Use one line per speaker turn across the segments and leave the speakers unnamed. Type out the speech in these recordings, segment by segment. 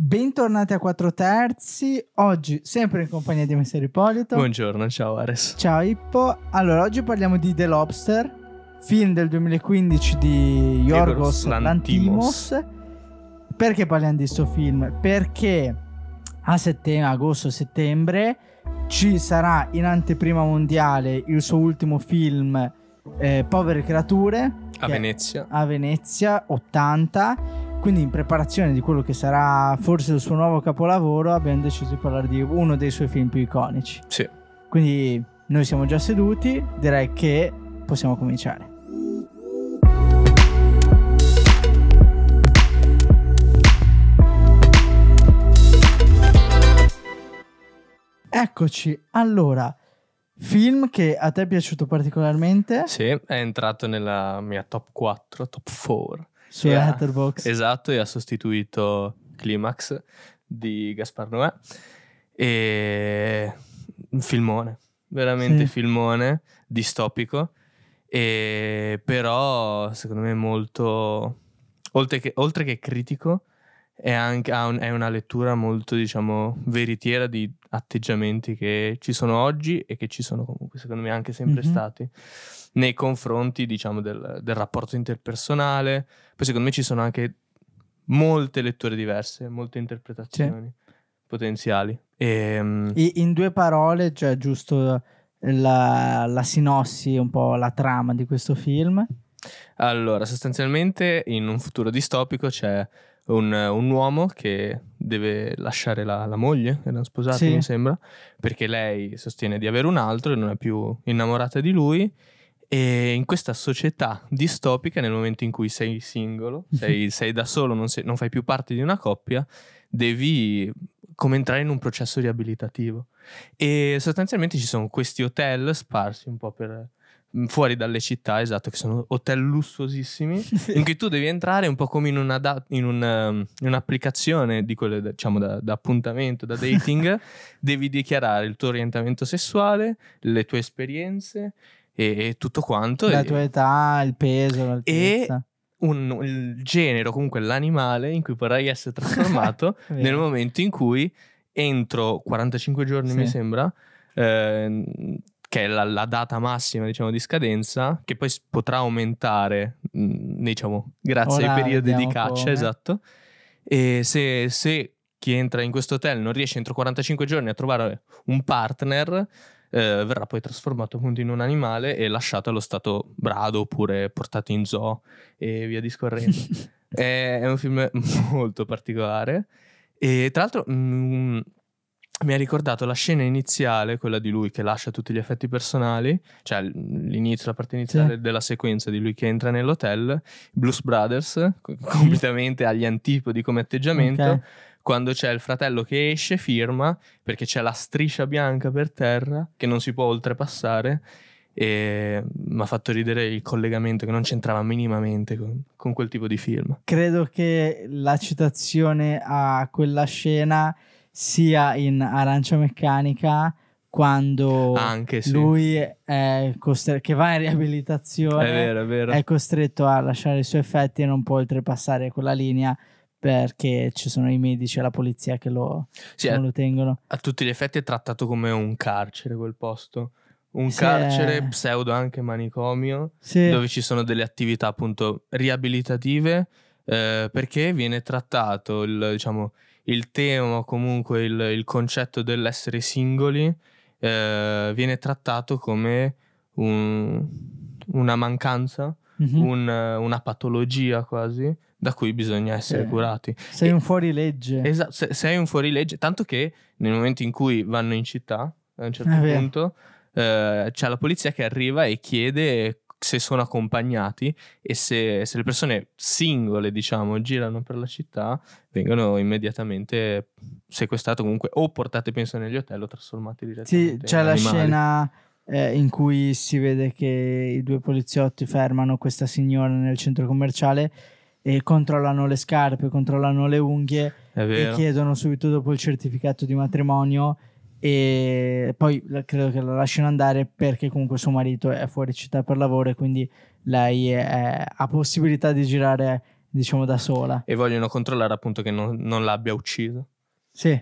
Bentornati a 4 terzi, oggi sempre in compagnia di Messer Ippolito.
Buongiorno, ciao Ares.
Ciao Ippo. Allora, oggi parliamo di The Lobster, film del 2015 di Yorgos Lanthimos. Perché parliamo di sto film? Perché a agosto-settembre ci sarà in anteprima mondiale il suo ultimo film, Povere creature,
a
Venezia 80. Quindi in preparazione di quello che sarà forse il suo nuovo capolavoro abbiamo deciso di parlare di uno dei suoi film più iconici.
Sì.
Quindi noi siamo già seduti, direi che possiamo cominciare. Eccoci, allora, film che a te è piaciuto particolarmente?
Sì, è entrato nella mia top 4, top 4.
Su Letterboxd.
Esatto, e ha sostituito Climax di Gaspar Noè. E un filmone, veramente filmone, distopico, e però secondo me molto, oltre che critico, è anche è una lettura molto, diciamo, veritiera di atteggiamenti che ci sono oggi e che ci sono comunque secondo me anche sempre stati nei confronti, diciamo, del rapporto interpersonale. Poi secondo me ci sono anche molte letture diverse, molte interpretazioni potenziali.
In due parole, cioè giusto la sinossi, un po' la trama di questo film.
Allora, sostanzialmente in un futuro distopico c'è un uomo che deve lasciare la moglie, erano sposati mi sembra, perché lei sostiene di avere un altro e non è più innamorata di lui. E in questa società distopica, nel momento in cui sei singolo, sei da solo, non fai più parte di una coppia, devi come entrare in un processo riabilitativo. E sostanzialmente ci sono questi hotel sparsi un po' fuori dalle città, esatto, che sono hotel lussuosissimi, in cui tu devi entrare un po' come in un'applicazione di quelle, diciamo, da appuntamento, da dating. Devi dichiarare il tuo orientamento sessuale, le tue esperienze e tutto quanto,
la tua età, il peso, l'altezza
e il genere, comunque l'animale in cui vorrai essere trasformato nel momento in cui entro 45 giorni mi sembra, che è la data massima, diciamo, di scadenza, che poi potrà aumentare, diciamo, grazie ai periodi di caccia, esatto. E se chi entra in questo hotel non riesce entro 45 giorni a trovare un partner, verrà poi trasformato appunto in un animale e lasciato allo stato brado oppure portato in zoo e via discorrendo. È un film molto particolare e tra l'altro mi ha ricordato la scena iniziale, quella di lui che lascia tutti gli effetti personali, cioè l'inizio, la parte iniziale della sequenza di lui che entra nell'hotel, Blues Brothers, completamente agli antipodi come atteggiamento. Quando c'è il fratello che esce, firma, perché c'è la striscia bianca per terra che non si può oltrepassare, e mi ha fatto ridere il collegamento che non c'entrava minimamente con quel tipo di film.
Credo che la citazione a quella scena sia in Arancia Meccanica, quando lui è che va in riabilitazione,
è vero.
È costretto a lasciare i suoi effetti e non può oltrepassare quella linea perché ci sono i medici e la polizia che lo tengono.
A tutti gli effetti è trattato come un carcere quel posto, un carcere pseudo anche manicomio, dove ci sono delle attività appunto riabilitative, perché viene trattato il tema o comunque il concetto dell'essere singoli, viene trattato come una mancanza, una patologia quasi, da cui bisogna essere curati.
Sei un fuorilegge.
Esatto, sei un fuorilegge, tanto che nel momento in cui vanno in città, a un certo punto, c'è la polizia che arriva e chiede se sono accompagnati, e se le persone singole, diciamo, girano per la città, vengono immediatamente sequestrate, comunque o portate, penso, negli hotel o trasformati direttamente in
c'è
animali.
La scena in cui si vede che i due poliziotti fermano questa signora nel centro commerciale e controllano le scarpe, controllano le unghie e chiedono subito dopo il certificato di matrimonio, e poi credo che la lasciano andare perché comunque suo marito è fuori città per lavoro e quindi lei ha possibilità di girare diciamo da sola.
E vogliono controllare appunto che non l'abbia ucciso.
Sì.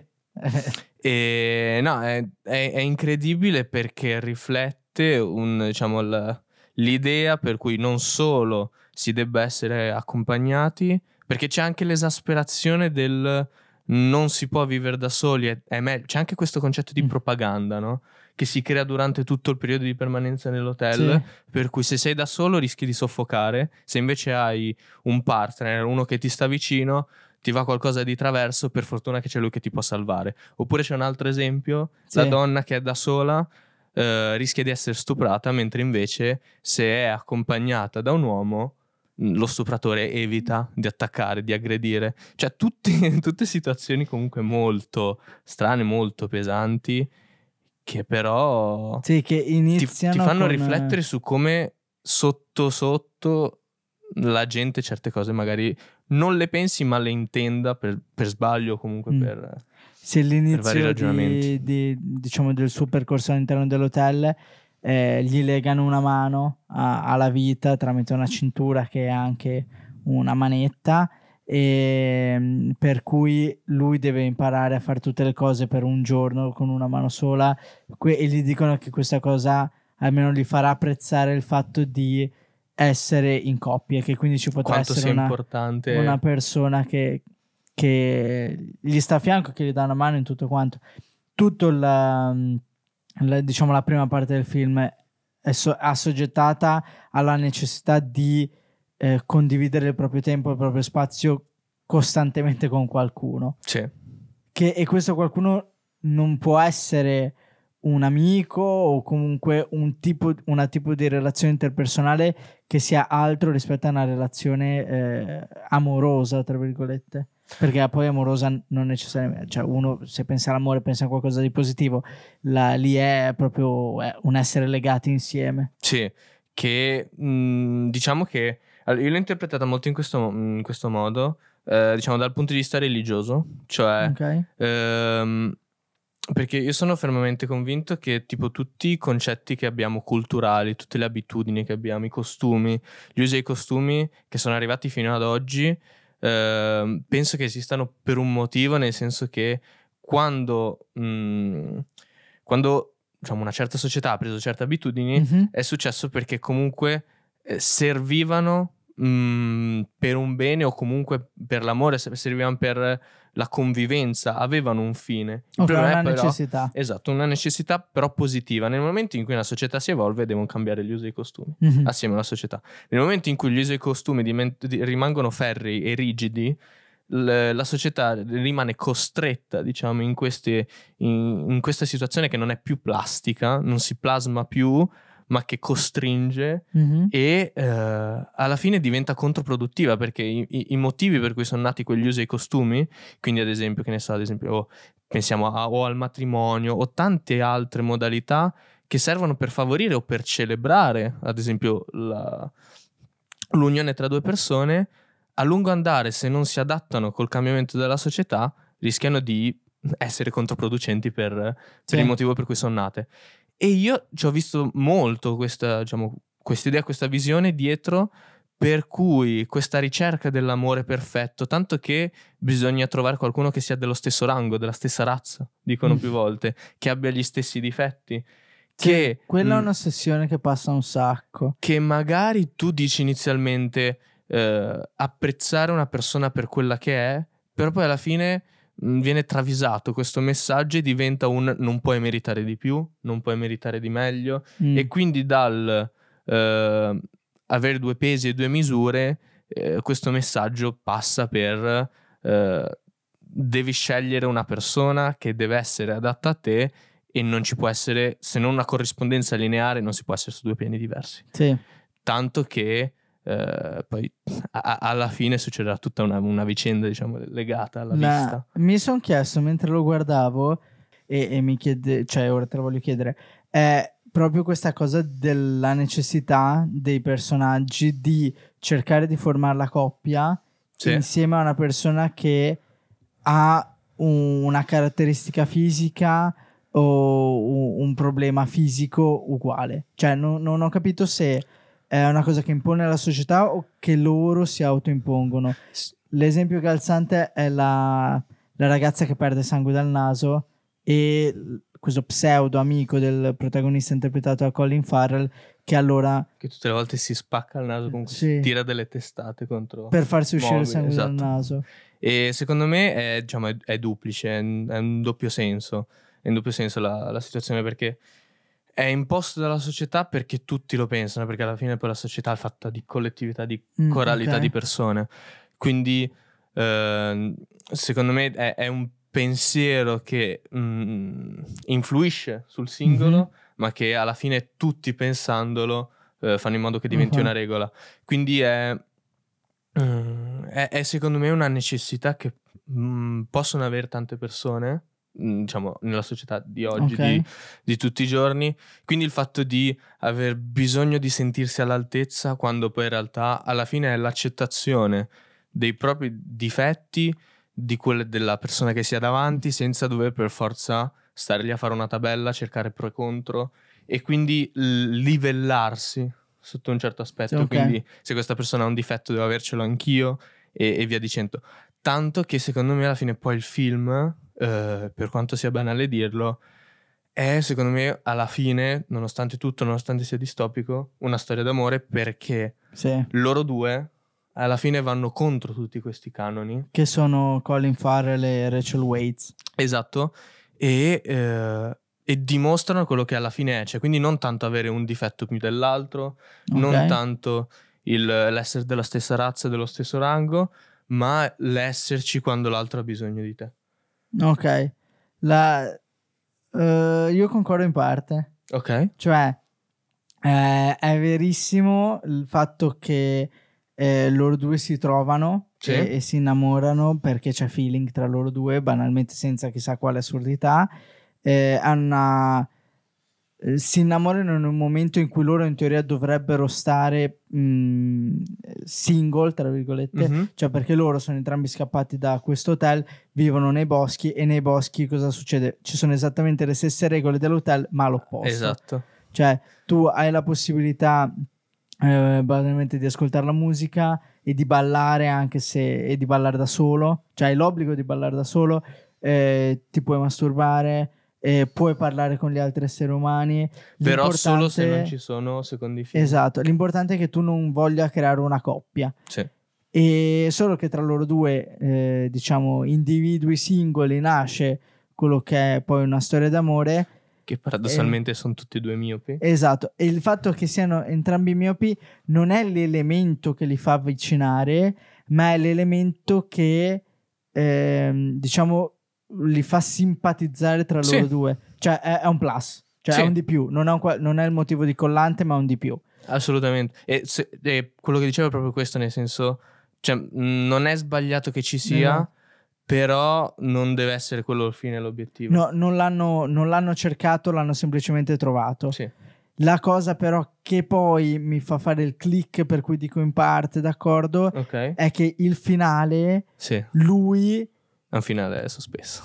E no, è incredibile perché riflette diciamo, l'idea per cui non solo si debba essere accompagnati, perché c'è anche l'esasperazione del non si può vivere da soli, è meglio. C'è anche questo concetto di propaganda, no? Che si crea durante tutto il periodo di permanenza nell'hotel, per cui se sei da solo rischi di soffocare, se invece hai un partner, uno che ti sta vicino, ti va qualcosa di traverso, per fortuna che c'è lui che ti può salvare. Oppure c'è un altro esempio, la donna che è da sola rischia di essere stuprata, mentre invece se è accompagnata da un uomo lo stupratore evita di attaccare, di aggredire. Cioè tutte situazioni comunque molto strane, molto pesanti, che però
che iniziano
ti fanno riflettere su come sotto sotto la gente certe cose magari non le pensi ma le intenda per sbaglio o comunque per vari ragionamenti.
Diciamo del suo percorso all'interno dell'hotel, gli legano una mano alla vita tramite una cintura che è anche una manetta, e per cui lui deve imparare a fare tutte le cose per un giorno con una mano sola, e gli dicono che questa cosa almeno gli farà apprezzare il fatto di essere in coppia, che quindi ci potrà
quanto
essere
importante
una persona che gli sta a fianco, che gli dà una mano in tutto quanto. Tutto diciamo la prima parte del film è assoggettata alla necessità di condividere il proprio tempo, il proprio spazio costantemente con qualcuno. E questo qualcuno non può essere un amico o comunque un tipo di relazione interpersonale che sia altro rispetto a una relazione amorosa, tra virgolette, perché poi amorosa non necessariamente, cioè uno se pensa all'amore pensa a qualcosa di positivo, lì è proprio un essere legati insieme.
Che diciamo che io l'ho interpretata molto in questo modo, diciamo dal punto di vista religioso, cioè perché io sono fermamente convinto che tipo tutti i concetti che abbiamo culturali, tutte le abitudini che abbiamo, i costumi, gli usi e i costumi che sono arrivati fino ad oggi, penso che esistano per un motivo, nel senso che quando diciamo una certa società ha preso certe abitudini, è successo perché comunque servivano per un bene o comunque per l'amore, servivano per la convivenza, avevano un fine.
Una necessità.
Esatto, una necessità però positiva. Nel momento in cui una società si evolve devono cambiare gli usi e i costumi assieme alla società. Nel momento in cui gli usi e i costumi rimangono ferrei e rigidi, la società rimane costretta, diciamo, in questa situazione che non è più plastica, non si plasma più, ma che costringe e alla fine diventa controproduttiva, perché i motivi per cui sono nati quegli usi e i costumi, quindi ad esempio, che ne so, pensiamo o al matrimonio o tante altre modalità che servono per favorire o per celebrare, ad esempio, l'unione tra due persone, a lungo andare, se non si adattano col cambiamento della società, rischiano di essere controproducenti per il motivo per cui sono nate. E io ci ho visto molto questa idea, questa visione dietro, per cui questa ricerca dell'amore perfetto, tanto che bisogna trovare qualcuno che sia dello stesso rango, della stessa razza, dicono più volte, che abbia gli stessi difetti.
Quella è un'ossessione che passa un sacco.
Che magari tu dici inizialmente apprezzare una persona per quella che è, però poi alla fine viene travisato questo messaggio e diventa un non puoi meritare di più, non puoi meritare di meglio, e quindi dal avere due pesi e due misure, questo messaggio passa per devi scegliere una persona che deve essere adatta a te, e non ci può essere, se non una corrispondenza lineare, non si può essere su due piani diversi. Tanto che poi alla fine succederà tutta una vicenda, diciamo, legata alla vista.
Mi sono chiesto mentre lo guardavo e mi chiede, cioè ora te lo voglio chiedere, è proprio questa cosa della necessità dei personaggi di cercare di formare la coppia insieme a una persona che ha una caratteristica fisica o un problema fisico uguale. Cioè non ho capito se è una cosa che impone la società o che loro si autoimpongono. L'esempio calzante è la ragazza che perde sangue dal naso e questo pseudo amico del protagonista interpretato da Colin Farrell che
tutte le volte si spacca il naso comunque,
sì,
tira delle testate contro
per farsi uscire il sangue
esatto.
dal naso.
E secondo me è duplice, è un doppio senso. È in doppio senso la situazione, perché è imposto dalla società perché tutti lo pensano, perché alla fine poi la società è fatta di collettività, di coralità di persone. Quindi secondo me è un pensiero che influisce sul singolo, ma che alla fine tutti pensandolo fanno in modo che diventi una regola. Quindi è secondo me una necessità che possono avere tante persone, diciamo, nella società di oggi, di tutti i giorni. Quindi il fatto di aver bisogno di sentirsi all'altezza, quando poi in realtà alla fine è l'accettazione dei propri difetti, di quelle della persona che si ha davanti, senza dover per forza stare lì a fare una tabella, cercare pro e contro, e quindi livellarsi sotto un certo aspetto. Quindi se questa persona ha un difetto devo avercelo anch'io, e via dicendo. Tanto che secondo me alla fine poi il film, per quanto sia banale dirlo, è secondo me alla fine, nonostante tutto, nonostante sia distopico, una storia d'amore, perché loro due alla fine vanno contro tutti questi canoni, che sono Colin Farrell e Rachel Weisz. Esatto. E dimostrano quello che alla fine è, cioè, quindi non tanto avere un difetto più dell'altro, non tanto l'essere della stessa razza, dello stesso rango, ma l'esserci quando l'altro ha bisogno di te. Ok. Io concordo in parte. Ok. Cioè è verissimo il fatto che loro due si trovano e si innamorano, perché c'è feeling tra loro due, banalmente, senza chissà quale assurdità. Si innamorano in un momento in cui loro in teoria dovrebbero stare single, tra virgolette, cioè perché loro sono entrambi scappati da questo hotel, vivono nei boschi, e nei boschi cosa succede? Ci sono esattamente le stesse regole dell'hotel, ma all'opposto. Esatto. Cioè tu hai la possibilità banalmente di ascoltare la musica e di ballare, e di ballare da solo, cioè hai l'obbligo di ballare da solo, ti puoi masturbare, puoi parlare con gli altri esseri umani, però solo se non ci sono secondi film. Esatto, l'importante è che tu non voglia creare una coppia. Sì. E solo che tra loro due diciamo individui singoli nasce quello che è poi una storia d'amore, che paradossalmente sono tutti e due miopi. Esatto, e il fatto che siano entrambi miopi non è l'elemento che li fa avvicinare, ma è l'elemento che diciamo li fa simpatizzare tra loro due. Cioè è un plus, cioè è un di più, non è il motivo di collante, ma è un di più. Assolutamente. E quello che dicevo è proprio questo, nel senso, cioè, non è sbagliato che ci sia, però non deve essere quello il fine e l'obiettivo. No, non l'hanno cercato, l'hanno semplicemente trovato. Sì. La cosa però che poi mi fa fare il click, per cui dico in parte d'accordo, è che il finale, lui... È un finale sospeso.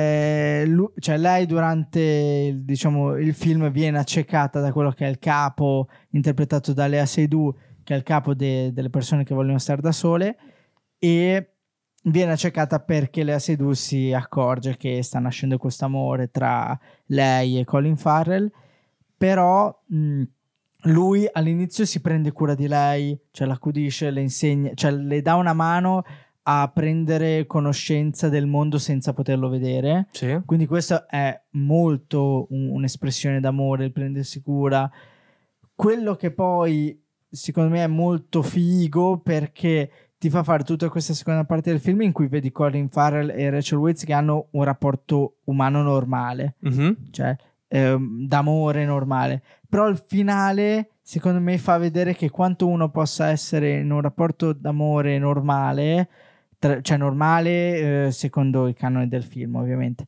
Cioè lei durante diciamo, il film viene accecata da quello che è il capo, interpretato da Léa Seydoux, che è il capo delle persone che vogliono stare da sole, e viene accecata perché Léa Seydoux si accorge che sta nascendo questo amore tra lei e Colin Farrell, però lui all'inizio si prende cura di lei, cioè l'accudisce, le insegna, cioè le dà una mano a prendere conoscenza del mondo senza poterlo vedere. Sì. Quindi questo è molto un'espressione d'amore, il prendersi cura. Quello che poi secondo me è molto figo, perché ti fa fare tutta questa seconda parte del film in cui vedi Colin Farrell e Rachel Weisz che hanno un rapporto umano normale, cioè d'amore normale, però il finale secondo me fa vedere che quanto uno possa essere in un rapporto d'amore normale, cioè normale secondo i canoni del film ovviamente,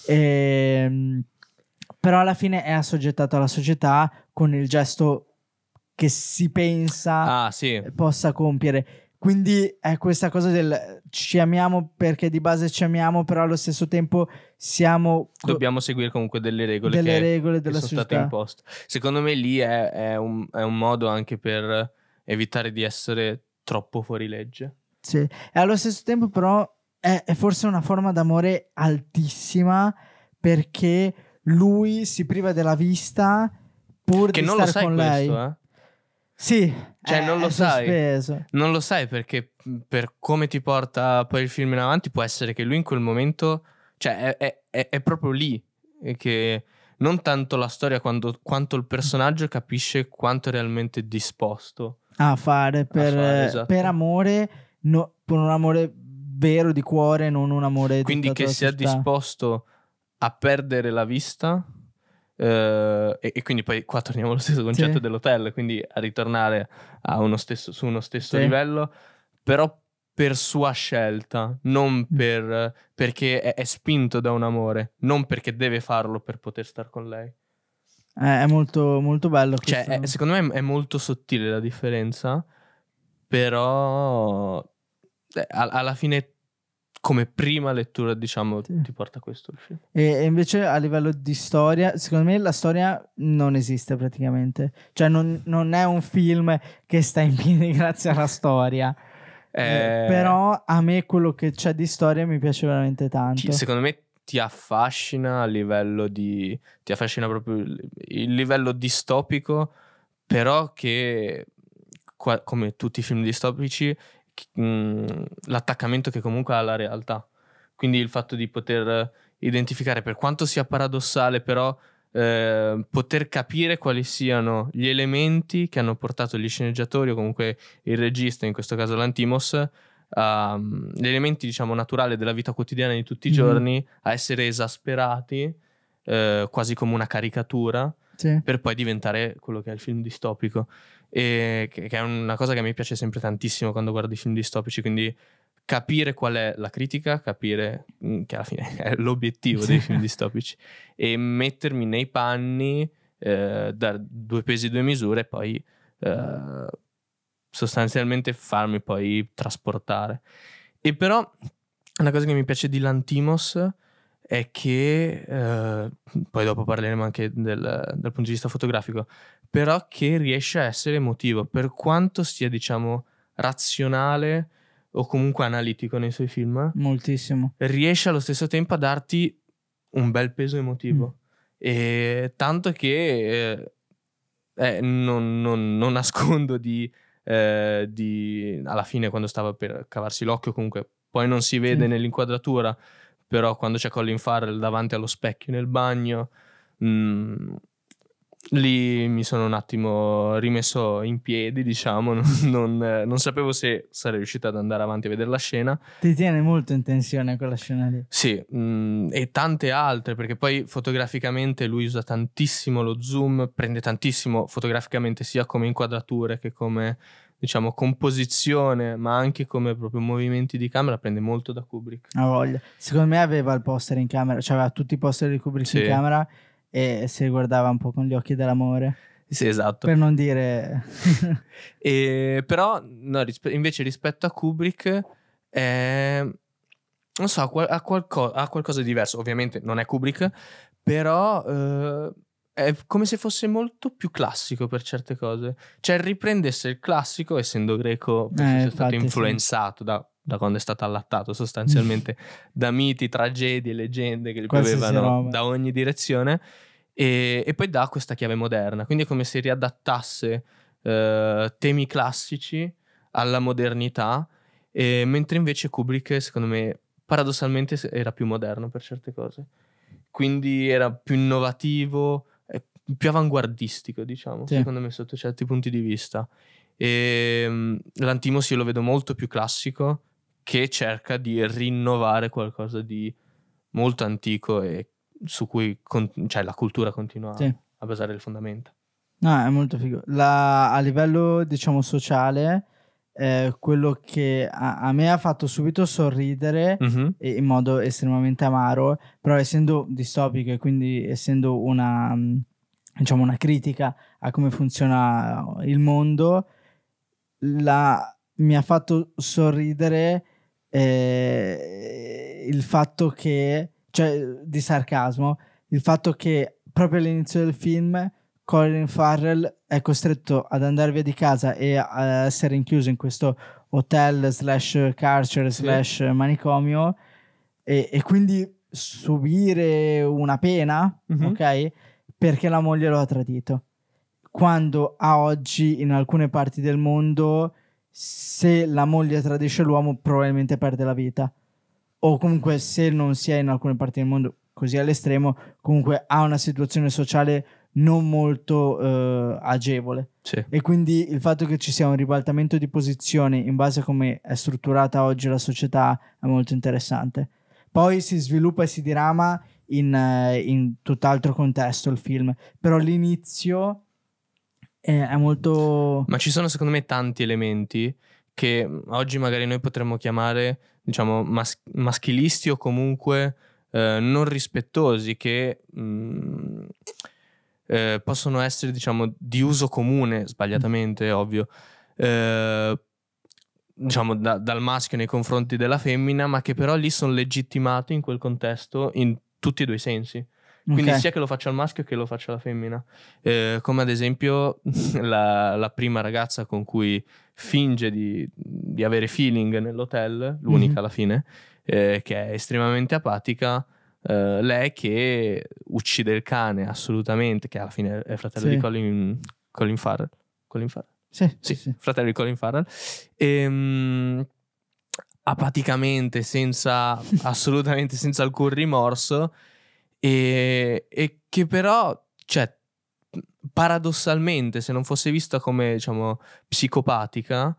però alla fine è assoggettato alla società con il gesto che si pensa possa compiere.
Quindi è questa cosa del ci amiamo perché di base ci amiamo, però allo stesso tempo
dobbiamo seguire comunque delle regole
della
che sono
società.
state imposte. Secondo me lì è un modo anche per evitare di essere troppo fuori legge.
Sì, e allo stesso tempo però è forse una forma d'amore altissima, perché lui si priva della vista pur
che
di
non
stare
lo sai
con
questo,
lei. Sì,
cioè non lo sai.
sospeso.
Non lo sai perché per come ti porta poi il film in avanti può essere che lui in quel momento, cioè è proprio lì che non tanto la storia quanto il personaggio capisce quanto è realmente disposto
a fare
esatto.
per amore, per un amore vero di cuore, non un amore
quindi che sia disposto a perdere la vista. E quindi poi qua torniamo allo stesso concetto dell'hotel, quindi a ritornare su uno stesso livello, però per sua scelta, non perché è spinto da un amore, non perché deve farlo per poter star con lei.
È molto, molto bello.
Cioè, secondo me è molto sottile la differenza, però alla fine, come prima lettura, diciamo, ti porta questo il film.
E invece a livello di storia, secondo me la storia non esiste praticamente. Cioè non è un film che sta in piedi grazie alla storia. Però a me quello che c'è di storia mi piace veramente tanto.
Secondo me ti affascina a livello ti affascina proprio il livello distopico, però che come tutti i film distopici l'attaccamento che comunque ha alla realtà, quindi il fatto di poter identificare, per quanto sia paradossale, però poter capire quali siano gli elementi che hanno portato gli sceneggiatori o comunque il regista, in questo caso Lanthimos, gli elementi diciamo naturali della vita quotidiana di tutti i giorni a essere esasperati quasi come una caricatura, per poi diventare quello che è il film distopico, e che è una cosa che a me piace sempre tantissimo quando guardo i film distopici, quindi capire qual è la critica, capire che alla fine è l'obiettivo dei film distopici, e mettermi nei panni, dar due pesi due misure, e poi sostanzialmente farmi poi trasportare. E però una cosa che mi piace di Lanthimos è che poi dopo parleremo anche dal punto di vista fotografico, però che riesce a essere emotivo, per quanto sia diciamo razionale o comunque analitico nei suoi film, moltissimo, riesce allo stesso tempo a darti un bel peso emotivo, e tanto che non nascondo di alla fine, quando stava per cavarsi l'occhio, comunque poi non si vede nell'inquadratura, però quando c'è Colin Farrell davanti allo specchio nel bagno, lì mi sono un attimo rimesso in piedi, diciamo, non sapevo se sarei riuscito ad andare avanti a vedere la scena.
Ti tiene molto in tensione quella scena lì.
Sì, e tante altre, perché poi fotograficamente lui usa tantissimo lo zoom, prende tantissimo fotograficamente sia come inquadrature che come diciamo composizione, ma anche come proprio movimenti di camera, prende molto da Kubrick.
Ha voglia. Secondo me aveva il poster in camera, cioè aveva tutti i poster di Kubrick in camera e si guardava un po' con gli occhi dell'amore.
Sì, esatto.
Per non dire...
però no, invece rispetto a Kubrick non so, ha qualcosa di diverso. Ovviamente non è Kubrick, però è come se fosse molto più classico per certe cose. Cioè riprendesse il classico, essendo greco, penso sia stato influenzato da quando è stato allattato sostanzialmente da miti, tragedie, leggende che gli piovevano da ogni direzione, e poi dà questa chiave moderna. Quindi è come se riadattasse temi classici alla modernità, mentre invece Kubrick, secondo me, paradossalmente era più moderno per certe cose, quindi era più innovativo, più avanguardistico, diciamo, secondo me, sotto certi punti di vista. E Lanthimos io lo vedo molto più classico, che cerca di rinnovare qualcosa di molto antico e su cui cioè la cultura continua a basare le fondamenta.
No, è molto figo. A livello, diciamo, sociale, quello che a me ha fatto subito sorridere in modo estremamente amaro, però essendo distopico e quindi essendo una, diciamo, una critica a come funziona il mondo, mi ha fatto sorridere il fatto che, cioè di sarcasmo, il fatto che proprio all'inizio del film Colin Farrell è costretto ad andare via di casa e a essere rinchiuso in questo hotel / carcere / manicomio e quindi subire una pena, ok? Perché la moglie lo ha tradito. Quando a oggi in alcune parti del mondo, se la moglie tradisce l'uomo, probabilmente perde la vita. O comunque, se non si è in alcune parti del mondo così all'estremo, comunque ha una situazione sociale non molto agevole.
Sì.
E quindi il fatto che ci sia un ribaltamento di posizione in base a come è strutturata oggi la società è molto interessante. Poi si sviluppa e si dirama in tutt'altro contesto il film, però l'inizio è molto...
Ma ci sono secondo me tanti elementi che oggi magari noi potremmo chiamare, diciamo, maschilisti o comunque non rispettosi, che possono essere, diciamo, di uso comune, sbagliatamente, ovvio, diciamo dal maschio nei confronti della femmina, ma che però lì sono legittimati in quel contesto in tutti e due i sensi. Quindi sia che lo faccia il maschio che lo faccia la femmina, come ad esempio la prima ragazza con cui finge di avere feeling nell'hotel, l'unica alla fine, che è estremamente apatica, lei che uccide il cane assolutamente, che alla fine è fratello di Colin Farrell. Sì, fratello di Colin Farrell. Apaticamente, assolutamente senza alcun rimorso, e che però, cioè, paradossalmente, se non fosse vista come, diciamo, psicopatica,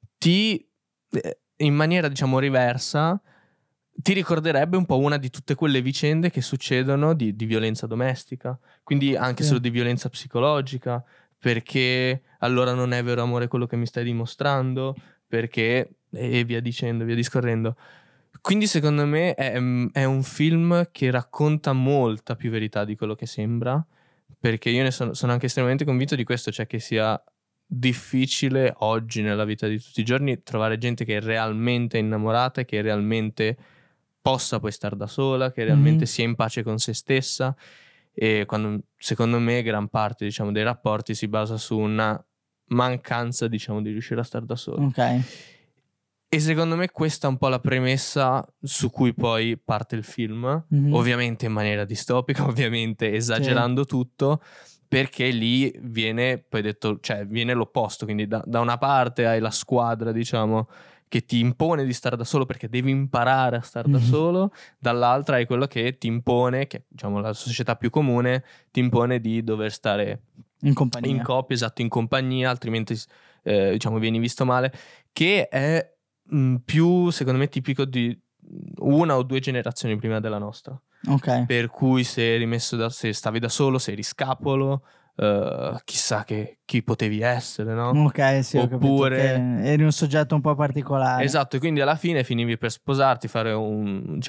in maniera, diciamo, riversa, ti ricorderebbe un po' una di tutte quelle vicende che succedono di violenza domestica, quindi anche solo di violenza psicologica, perché allora non è vero amore quello che mi stai dimostrando, perché, e via dicendo, via discorrendo. Quindi secondo me è un film che racconta molta più verità di quello che sembra, perché io ne sono anche estremamente convinto di questo, cioè che sia difficile oggi nella vita di tutti i giorni trovare gente che è realmente innamorata e che realmente possa poi star da sola, che realmente sia in pace con se stessa, e quando secondo me gran parte, diciamo, dei rapporti si basa su una mancanza, diciamo, di riuscire a star da sola.
Ok.
E secondo me questa è un po' la premessa su cui poi parte il film, ovviamente in maniera distopica, ovviamente esagerando tutto, perché lì viene poi detto, cioè viene l'opposto, quindi da una parte hai la squadra, diciamo, che ti impone di stare da solo perché devi imparare a stare da solo, dall'altra hai quello che ti impone, che diciamo la società più comune, ti impone di dover stare
in compagnia,
in coppia, esatto, in compagnia, altrimenti diciamo vieni visto male, che è più secondo me tipico di una o due generazioni prima della nostra.
Ok.
Per cui se stavi da solo, sei riscapolo, chissà chi potevi essere, no?
Ok, sì, oppure eri un soggetto un po' particolare.
Esatto, e quindi alla fine finivi per sposarti, fare un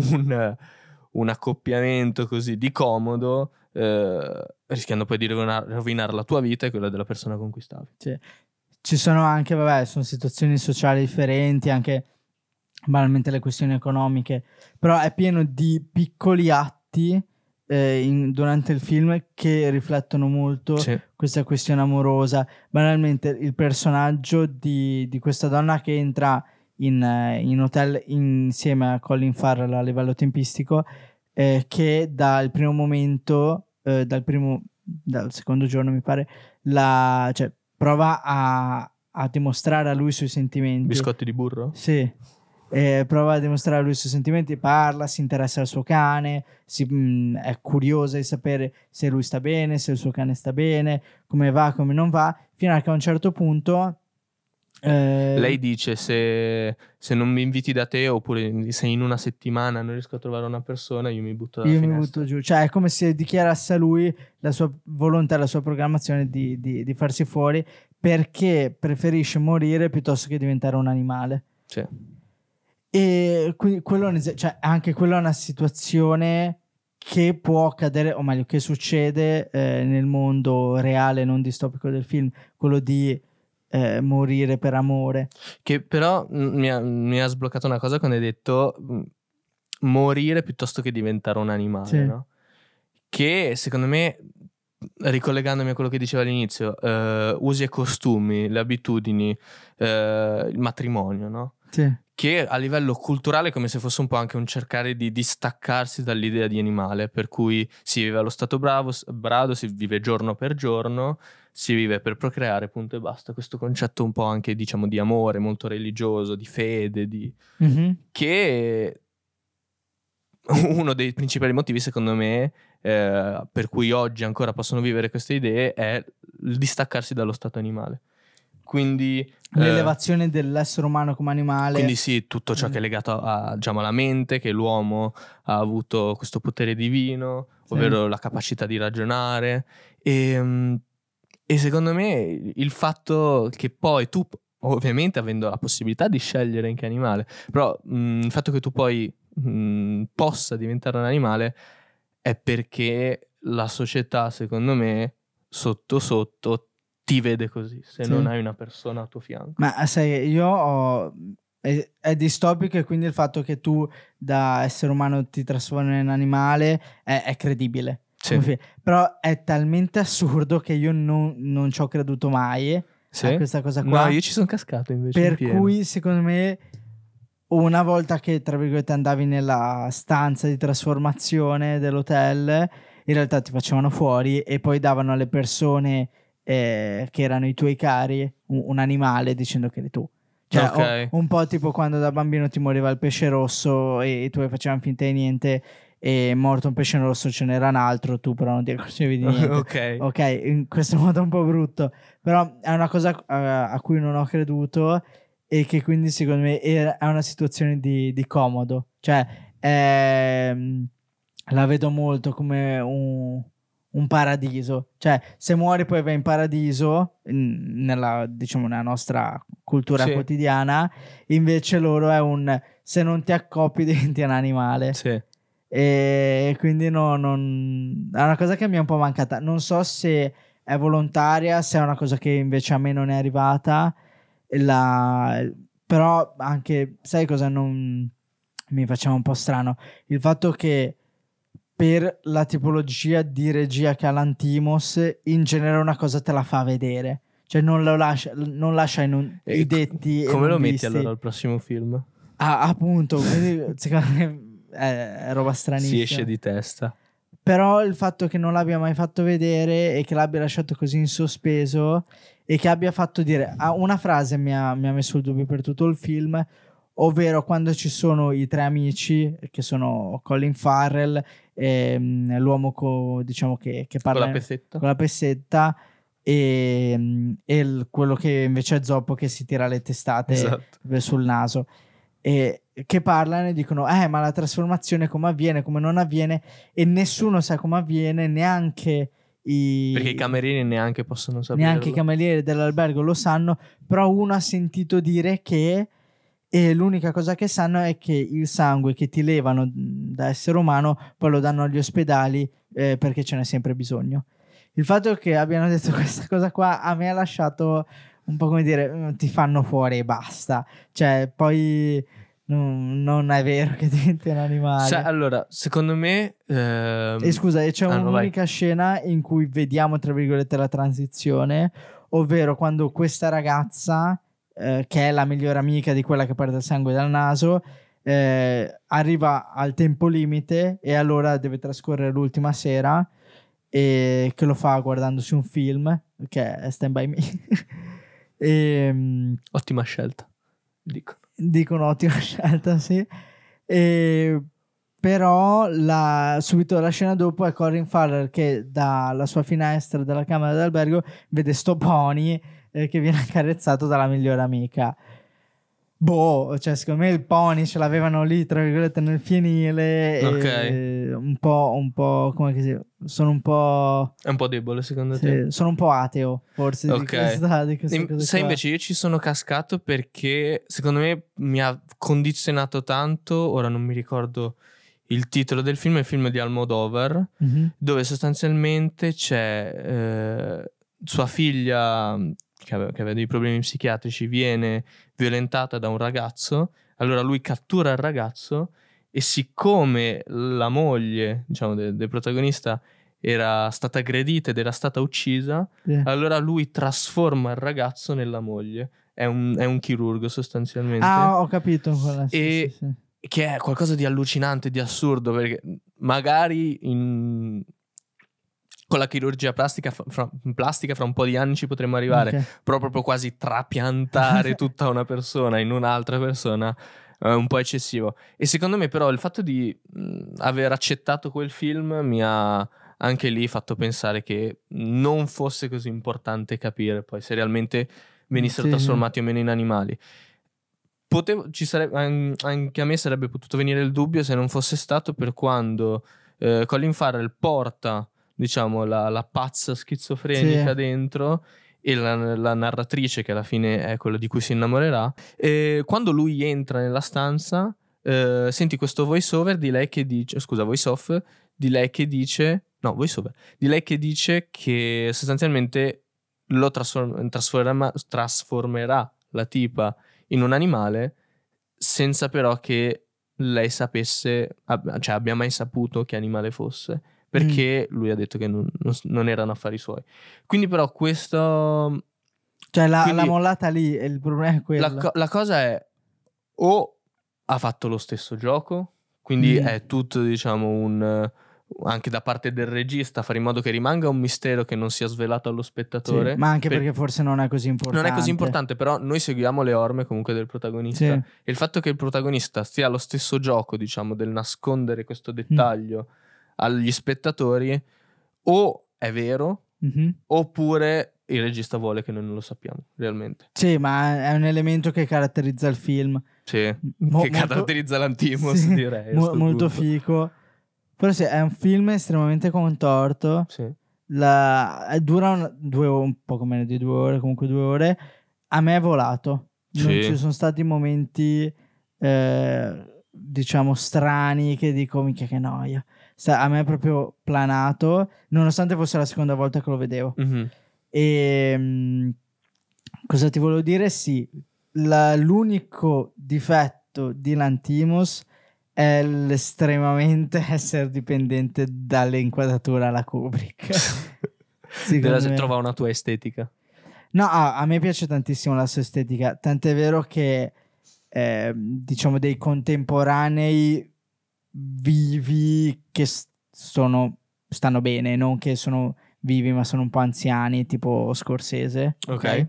accoppiamento così di comodo, rischiando poi di rovinare la tua vita e quella della persona con cui stavi.
Sì. Ci sono anche, sono situazioni sociali differenti, anche banalmente le questioni economiche, però è pieno di piccoli atti durante il film che riflettono molto questa questione amorosa. Banalmente il personaggio di questa donna che entra in hotel insieme a Colin Farrell a livello tempistico, che dal primo momento, dal secondo giorno mi pare, cioè prova a dimostrare a lui i suoi sentimenti.
Biscotti di burro?
Sì. Prova a dimostrare a lui i suoi sentimenti, parla, si interessa al suo cane, è curiosa di sapere se lui sta bene, se il suo cane sta bene, come va, come non va, fino a che a un certo punto
lei dice se non mi inviti da te, oppure se in una settimana non riesco a trovare una persona, io mi butto dalla finestra.
Mi butto giù, cioè è come se dichiarasse a lui la sua volontà, la sua programmazione di farsi fuori, perché preferisce morire piuttosto che diventare un animale.
Sì.
E quindi anche quella è una situazione che può accadere, o meglio che succede nel mondo reale non distopico del film, quello di morire per amore.
Che però mi ha sbloccato una cosa quando hai detto morire piuttosto che diventare un animale,
Sì.
no? Che secondo me, ricollegandomi a quello che dicevo all'inizio, usi e costumi, le abitudini, il matrimonio, no?
Sì.
Che a livello culturale è come se fosse un po' anche un cercare di distaccarsi dall'idea di animale, per cui si vive allo stato brado, si vive giorno per giorno, si vive per procreare, punto e basta. Questo concetto un po' anche, diciamo, di amore, molto religioso, di fede, che uno dei principali motivi, secondo me, per cui oggi ancora possono vivere queste idee è il distaccarsi dallo stato animale. Quindi
l'elevazione dell'essere umano come animale.
Quindi sì, tutto ciò che è legato diciamo, alla mente, che l'uomo ha avuto questo potere divino, ovvero la capacità di ragionare. E secondo me il fatto che poi tu, ovviamente avendo la possibilità di scegliere in che animale, però il fatto che tu poi possa diventare un animale è perché la società, secondo me, sotto sotto ti vede così, se non hai una persona a tuo fianco.
Ma sai, è distopico, e quindi il fatto che tu da essere umano ti trasformi in animale è credibile.
Sì.
Però è talmente assurdo che io non ci ho creduto mai a questa cosa qua.
No, io ci sono cascato invece.
Per cui secondo me una volta che tra virgolette andavi nella stanza di trasformazione dell'hotel, in realtà ti facevano fuori e poi davano alle persone che erano i tuoi cari un animale dicendo che eri tu. Cioè un po' tipo quando da bambino ti moriva il pesce rosso e i tuoi facevano finta di niente, e morto un pesce rosso ce n'era un altro, tu però non ti accorgevi di niente. Ok, in questo modo un po' brutto, però è una cosa a cui non ho creduto, e che quindi secondo me è una situazione di comodo. Cioè la vedo molto come un paradiso. Cioè se muori poi vai in paradiso nella nostra cultura quotidiana, invece loro è se non ti accoppi diventi un animale.
Sì.
E quindi è una cosa che mi è un po' mancata. Non so se è volontaria, se è una cosa che invece a me non è arrivata. Però anche, sai cosa mi faceva un po' strano? Il fatto che per la tipologia di regia che ha l'Antimos, in genere una cosa te la fa vedere, cioè non lascia i detti.
Come lo metti allora al prossimo film?
Appunto, quindi secondo me è roba stranissima.
Si esce di testa.
Però il fatto che non l'abbia mai fatto vedere e che l'abbia lasciato così in sospeso e che abbia fatto dire una frase mi ha messo il dubbio per tutto il film, ovvero quando ci sono i tre amici che sono Colin Farrell, l'uomo diciamo che parla con la pessetta e quello che invece è Zoppo che si tira le testate sul naso, e che parlano e dicono ma la trasformazione come avviene, come non avviene, e nessuno sa come avviene, neanche
perché i camerieri neanche possono sapere,
neanche i camerieri dell'albergo lo sanno, però uno ha sentito dire che, e l'unica cosa che sanno è che il sangue che ti levano da essere umano poi lo danno agli ospedali perché ce n'è sempre bisogno. Il fatto che abbiano detto questa cosa qua a me ha lasciato un po' come dire ti fanno fuori e basta, cioè poi non è vero che diventi un animale.
Allora secondo me
e scusa, c'è un'unica scena in cui vediamo tra virgolette la transizione, ovvero quando questa ragazza che è la migliore amica di quella che perde il sangue dal naso arriva al tempo limite e allora deve trascorrere l'ultima sera, e che lo fa guardandosi un film che è Stand By Me.
Ottima scelta,
dicono ottima scelta, sì. Però subito la scena dopo è Colin Farrell che dalla sua finestra della camera d'albergo vede sto pony che viene accarezzato dalla migliore amica. Cioè secondo me il pony ce l'avevano lì tra virgolette nel fienile, e un po' come che sono un po'...
È un po' debole secondo te?
Sono un po' ateo forse di questa
sai, invece io ci sono cascato perché secondo me mi ha condizionato tanto, ora non mi ricordo il titolo del film, è il film di Almodovar, dove sostanzialmente c'è sua figlia che aveva dei problemi psichiatrici, viene violentata da un ragazzo. Allora lui cattura il ragazzo e siccome la moglie, diciamo, del protagonista era stata aggredita ed era stata uccisa, allora lui trasforma il ragazzo nella moglie. È un chirurgo sostanzialmente.
Ah, ho capito.
E
sì.
Che è qualcosa di allucinante, di assurdo, perché magari con la chirurgia plastica fra un po' di anni ci potremmo arrivare, però proprio quasi trapiantare tutta una persona in un'altra persona è un po' eccessivo. E secondo me però il fatto di aver accettato quel film mi ha anche lì fatto pensare che non fosse così importante capire poi se realmente venissero trasformati o meno in animali. Anche a me sarebbe potuto venire il dubbio se non fosse stato per quando Colin Farrell porta, diciamo, la pazza schizofrenica dentro e la narratrice, che alla fine è quello di cui si innamorerà. Quando lui entra nella stanza, senti questo voice-over di lei che dice, voice-off di lei che dice, no, voice-over di lei che dice che sostanzialmente lo trasformerà la tipa in un animale senza però che lei sapesse, cioè abbia mai saputo che animale fosse, perché lui ha detto che non erano affari suoi. Quindi però questo,
cioè la mollata lì, il problema è quello.
La cosa è, o ha fatto lo stesso gioco, quindi è tutto, diciamo, anche da parte del regista fare in modo che rimanga un mistero che non sia svelato allo spettatore,
ma anche perché forse non è così importante.
Non è così importante, però noi seguiamo le orme comunque del protagonista, e il fatto che il protagonista stia allo stesso gioco, diciamo, del nascondere questo dettaglio agli spettatori, o è vero oppure il regista vuole che noi non lo sappiamo realmente.
Sì, ma è un elemento che caratterizza il film,
che caratterizza l'Antimos, direi
molto fico. Però sì, è un film estremamente contorto. Dura un poco meno di 2 ore, comunque 2 ore. A me è volato. Non ci sono stati momenti, diciamo, strani che dico, minchia che noia. A me è proprio planato, nonostante fosse la seconda volta che lo vedevo. E cosa ti volevo dire? Sì, l'unico difetto di Lanthimos è l'estremamente essere dipendente dall'inquadratura alla Kubrick.
Trova una tua estetica?
No, a me piace tantissimo la sua estetica, tant'è vero che diciamo dei contemporanei vivi che stanno bene, non che sono vivi ma sono un po' anziani, tipo Scorsese, ok?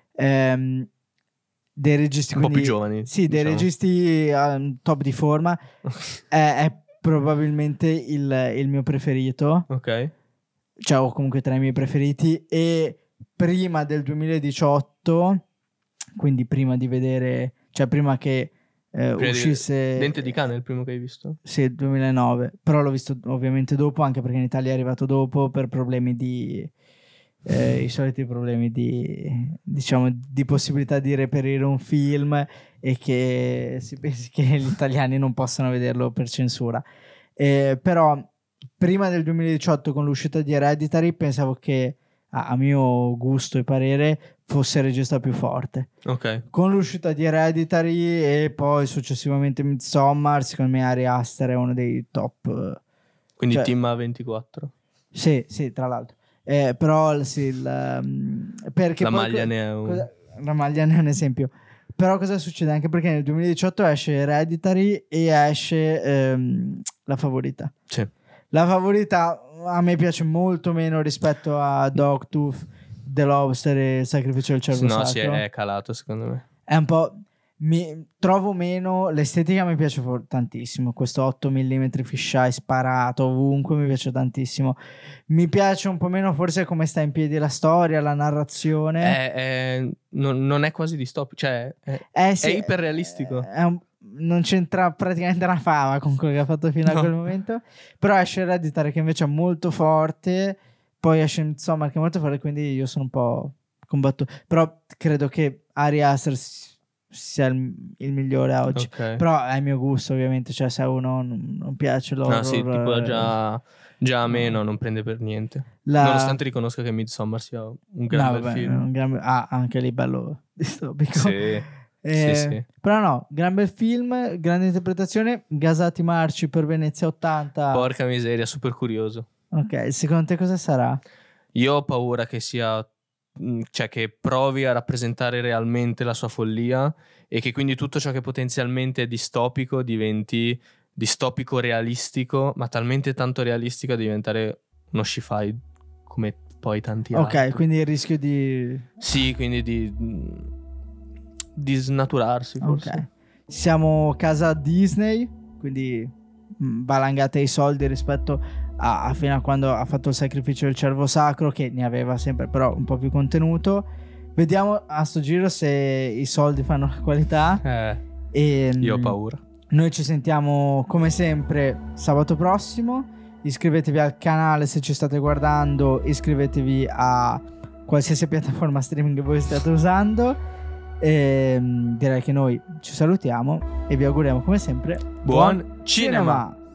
Dei registi
un po' più giovani,
sì, dei registi top di forma. È probabilmente il mio preferito,
ok,
cioè o comunque tra i miei preferiti. E prima del 2018, quindi prima di vedere, cioè prima che uscisse
Dente di cane, il primo che hai visto?
Sì, il 2009, però l'ho visto ovviamente dopo, anche perché in Italia è arrivato dopo per problemi i soliti problemi diciamo di possibilità di reperire un film e che si pensi che gli italiani non possano vederlo per censura. Però prima del 2018, con l'uscita di Hereditary, pensavo che a mio gusto e parere fosse il regista più forte. Con l'uscita di Hereditary e poi successivamente Midsommar, secondo me Ari Aster è uno dei top.
Quindi team A24?
Sì, tra l'altro. Però sì, perché
la maglia ne è
la maglia ne è un esempio. Però cosa succede? Anche perché nel 2018 esce Hereditary e esce La Favorita.
Sì.
La Favorita a me piace molto meno rispetto a Dogtooth, The Lobster e Sacrificio del Cervo Sacro.
No, sì, è calato secondo me.
È un po'... trovo meno... L'estetica mi piace tantissimo. Questo 8 mm fisheye sparato ovunque mi piace tantissimo. Mi piace un po' meno forse come sta in piedi la storia, la narrazione.
Non è quasi distopico, cioè è iperrealistico.
Non c'entra praticamente una fava con quello che ha fatto fino a quel momento. Però esce Hereditary che invece è molto forte. Poi esce insomma che è molto forte, quindi io sono un po' combattuto. Però credo che Ari Aster sia il migliore a oggi.
Ok.
Però è il mio gusto, ovviamente. Cioè, se a uno non piace l'horror...
No, sì, tipo già a me non prende per niente. Nonostante riconosca che Midsommar sia un gran bel film.
Anche lì bello distopico.
Sì. Sì.
Però no, gran bel film, grande interpretazione. Gasati marci per Venezia 80.
Porca miseria, super curioso.
Ok, secondo te cosa sarà?
Io ho paura che sia, cioè che provi a rappresentare realmente la sua follia e che quindi tutto ciò che potenzialmente è distopico diventi distopico realistico, ma talmente tanto realistico da diventare uno sci-fi come poi tanti altri.
Ok, quindi il rischio di...
Sì, quindi di snaturarsi forse.
Ok. Siamo casa Disney, quindi valangate i soldi rispetto a fino a quando ha fatto il sacrificio del cervo sacro, che ne aveva sempre però un po' più contenuto. Vediamo a sto giro se i soldi fanno la qualità.
Io ho paura.
Noi ci sentiamo come sempre sabato prossimo. Iscrivetevi al canale se ci state guardando, iscrivetevi a qualsiasi piattaforma streaming che voi stiate usando. Direi che noi ci salutiamo e vi auguriamo come sempre
buon cinema.